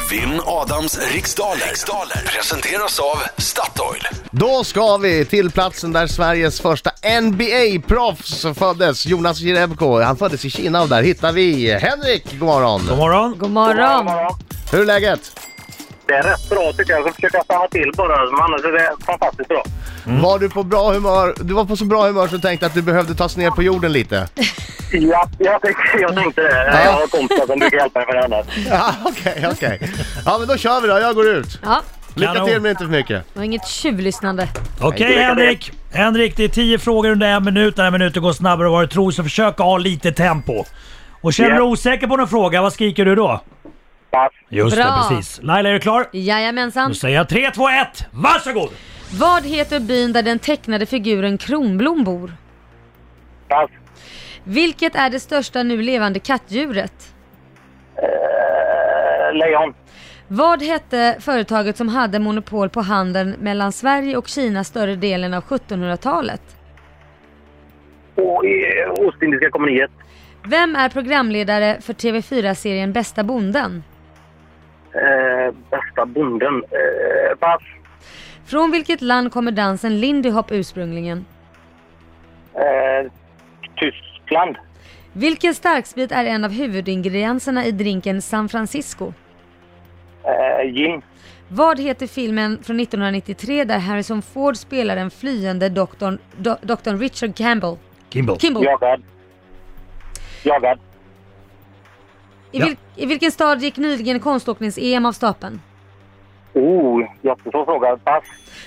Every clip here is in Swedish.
Vinn Adams riksdaler presenteras av Statoil. Då ska vi till platsen där Sveriges första NBA-proffs föddes. Jonas Jerebko, han föddes i Kina och där hittar vi Henrik. God morgon. God morgon. God morgon. Hur är läget? Det är rätt bra tycker jag. Jag ska försöka stanna till bara, men annars är det fantastiskt bra. Var du på bra humör? Du var på så bra humör så du tänkte att du behövde tas ner på jorden lite. Ja, jag tänkte det. Jag har kompisar som brukar hjälpa mig med det annars. Ja, okej. Ja, men då kör vi då. Jag går ut. Ja, Lycka till men inte för mycket. det var inget tjuvlyssnande. Okej, Henrik, det är 10 frågor under 1 minut. Den här minuten går snabbare än vad du tror, så försök ha lite tempo. Och känner du osäker på någon fråga, vad skriker du då? Pass. Just Bra. det, precis. Laila, är du klar? Jajamensan. Då säger jag 3, 2, 1, varsågod! Vad heter byn där den tecknade figuren Kronblom bor? Pass. Vilket är det största nu levande kattdjuret? Lejon. Vad hette företaget som hade monopol på handeln mellan Sverige och Kina större delen av 1700-talet? Och Ostindiska kompaniet. Vem är programledare för TV4-serien Bästa bonden? Bästa bonden. Pass. Från vilket land kommer dansen Lindy Hop ursprungligen? Tyskland. Vilken starksprit är en av huvudingredienserna i drinken San Francisco? Gin. Vad heter filmen från 1993 där Harrison Ford spelar den flyende doktorn Richard Campbell? Kimball. Jagad. I vilken stad gick nyligen konståknings-EM av stapeln? Jättesvår fråga. Pass.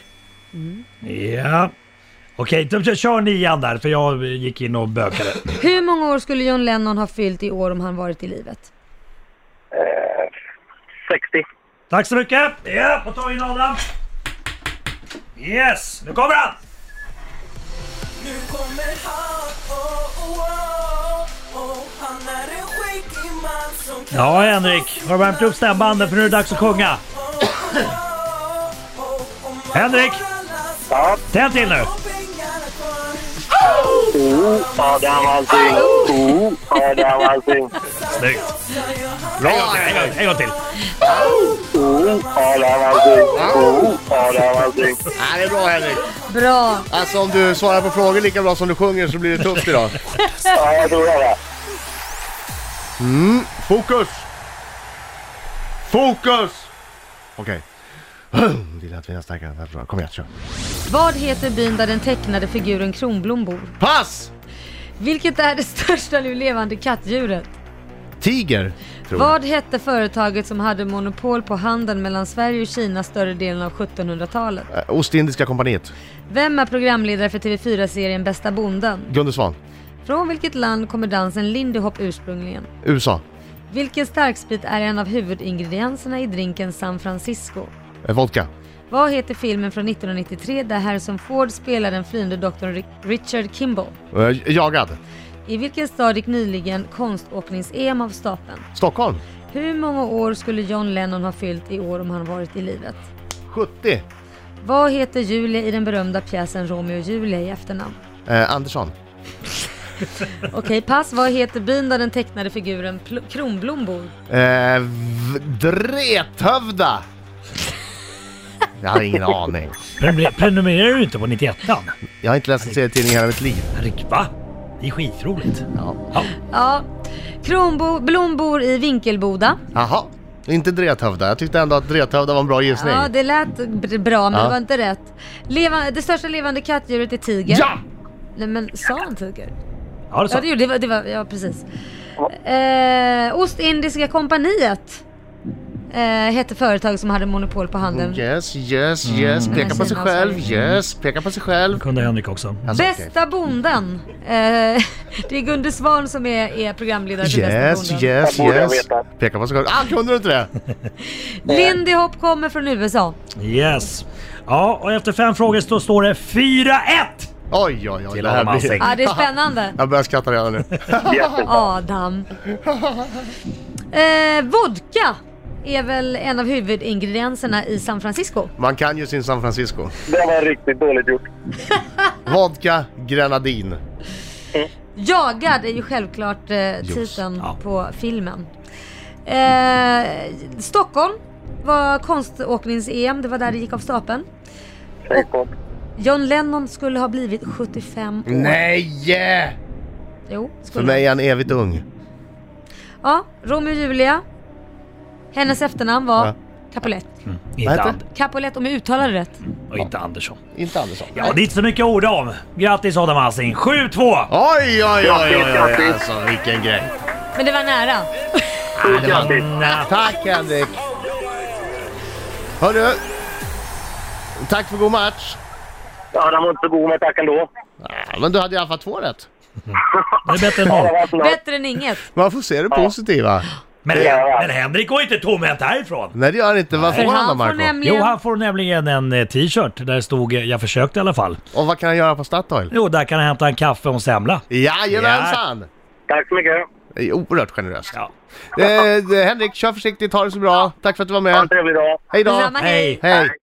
Ja. Okej, då kör ni igen där, för jag gick in och bökade. Hur många år skulle John Lennon ha fyllt i år om han varit i livet? 60. Tack så mycket. Ja, och ta in Adam. Yes, nu kommer han. Nu kommer han, han är en skäggig man som kan... Ja, Henrik, har du värmt upp stämbanden för nu är det dags att sjunga. Henrik, Ja. tänd till nu. Adam allting. Adam allting. Snyggt. En gång till. Adam allting. Adam allting. Ja, det är bra Henrik. Bra! Alltså om du svarar på frågor lika bra som du sjunger så blir det tufft idag. Ja, jag tror det. Fokus! Okej. Vill att vi är starkare. Kom igen, kör. Vad heter byn där den tecknade figuren Kronblom bor? Pass! Vilket är det största nu levande kattdjuret? Tiger, tror jag. Vad hette företaget som hade monopol på handeln mellan Sverige och Kina större delen av 1700-talet? Ostindiska kompaniet. Vem är programledare för TV4-serien Bästa bonden? Gunde Svan. Från vilket land kommer dansen Lindy Hop ursprungligen? USA. Vilken starksprit är en av huvudingredienserna i drinken San Francisco? Vodka. Vad heter filmen från 1993 där Harrison Ford spelar den flyende doktorn Richard Kimball? Jagad. I vilken stad gick nyligen konståknings-EM av stapeln? Stockholm. Hur många år skulle John Lennon ha fyllt i år om han varit i livet? 70. Vad heter Julia i den berömda pjäsen Romeo och Julia i efternamn? Andersson. Okej, pass. Vad heter byn där den tecknade figuren Kronblom bor? Drethövda. Jag har ingen aning. Prenumererar du inte på 91an? Jag har inte läst en serietidning hela mitt liv. Va? Det är skitroligt. Ja. Ja. Kronblom bor i Vinkelboda. Jaha. Inte Drethövda. Jag tyckte ändå att Drethövda var en bra gissning. Ja, det lät bra, men Ja. det var inte rätt. Det största levande kattdjuret är tiger. Ja! Nej, men sa han tiger? Ja, det sa. Ja, det var ja, precis. Ostindiska kompaniet hette företag som hade monopol på handeln. Yes. Peka på sig själv. Yes, peka på sig själv. Kunde Henrik också. Alltså, Bästa bonden. Det är Gunde Svan som är programledare för Bästa bonden. Yes. Peka på sig själv. Kunde du inte det? Lindy Hop kommer från USA. Yes. Ja, och efter 5 frågor står det 4-1! Oj. Till Det här Adam Alsing. Ja, det är spännande. Jag börjar skratta redan nu. Adam. Vodka är väl en av huvudingredienserna i San Francisco. Man kan ju sin San Francisco. Det var riktigt dåligt gjort. Vodka, grenadin. Jagad är ju självklart titeln på filmen. Stockholm var konståknings-EM, det var där det gick av stapeln. Säkert. John Lennon skulle ha blivit 75 år. Nej! Jo, För skulle mig är han evigt ung. Ja, Romeo och Julia. Hennes efternamn var Ja. Capulet. Inte, heter Capulet, om jag uttalar det rätt. och inte Andersson. Inte Andersson. Ja, det är inte så mycket ord om. Grattis Adam Alsing. 7-2! Oj! Grattis. Alltså vilken grej. Men det var nära. Grattis. Tack Henrik. Hörru. Tack för god match. Ja, den var inte så god, men tack ändå. Ja, men du hade i alla fall 2 rätt. Det är bättre än Ja, noll. det var inte något. Bättre än inget. Man får se det positiva. Men Henrik går inte tomhänt härifrån. Nej det gör han inte. Vad För får han då han får Marco? nämligen... Jo, han får nämligen en t-shirt där det stod jag försökte i alla fall. Och vad kan han göra på Statoil? Jo, där kan han hämta en kaffe och en semla. Jajamensan! Tack så mycket. Det är oerhört generöst. Ja. Henrik, kör försiktigt, ha det så bra. Tack för att du var Ha en med. trevlig dag. Hej då! Detsamma, hej. Hej. Hej!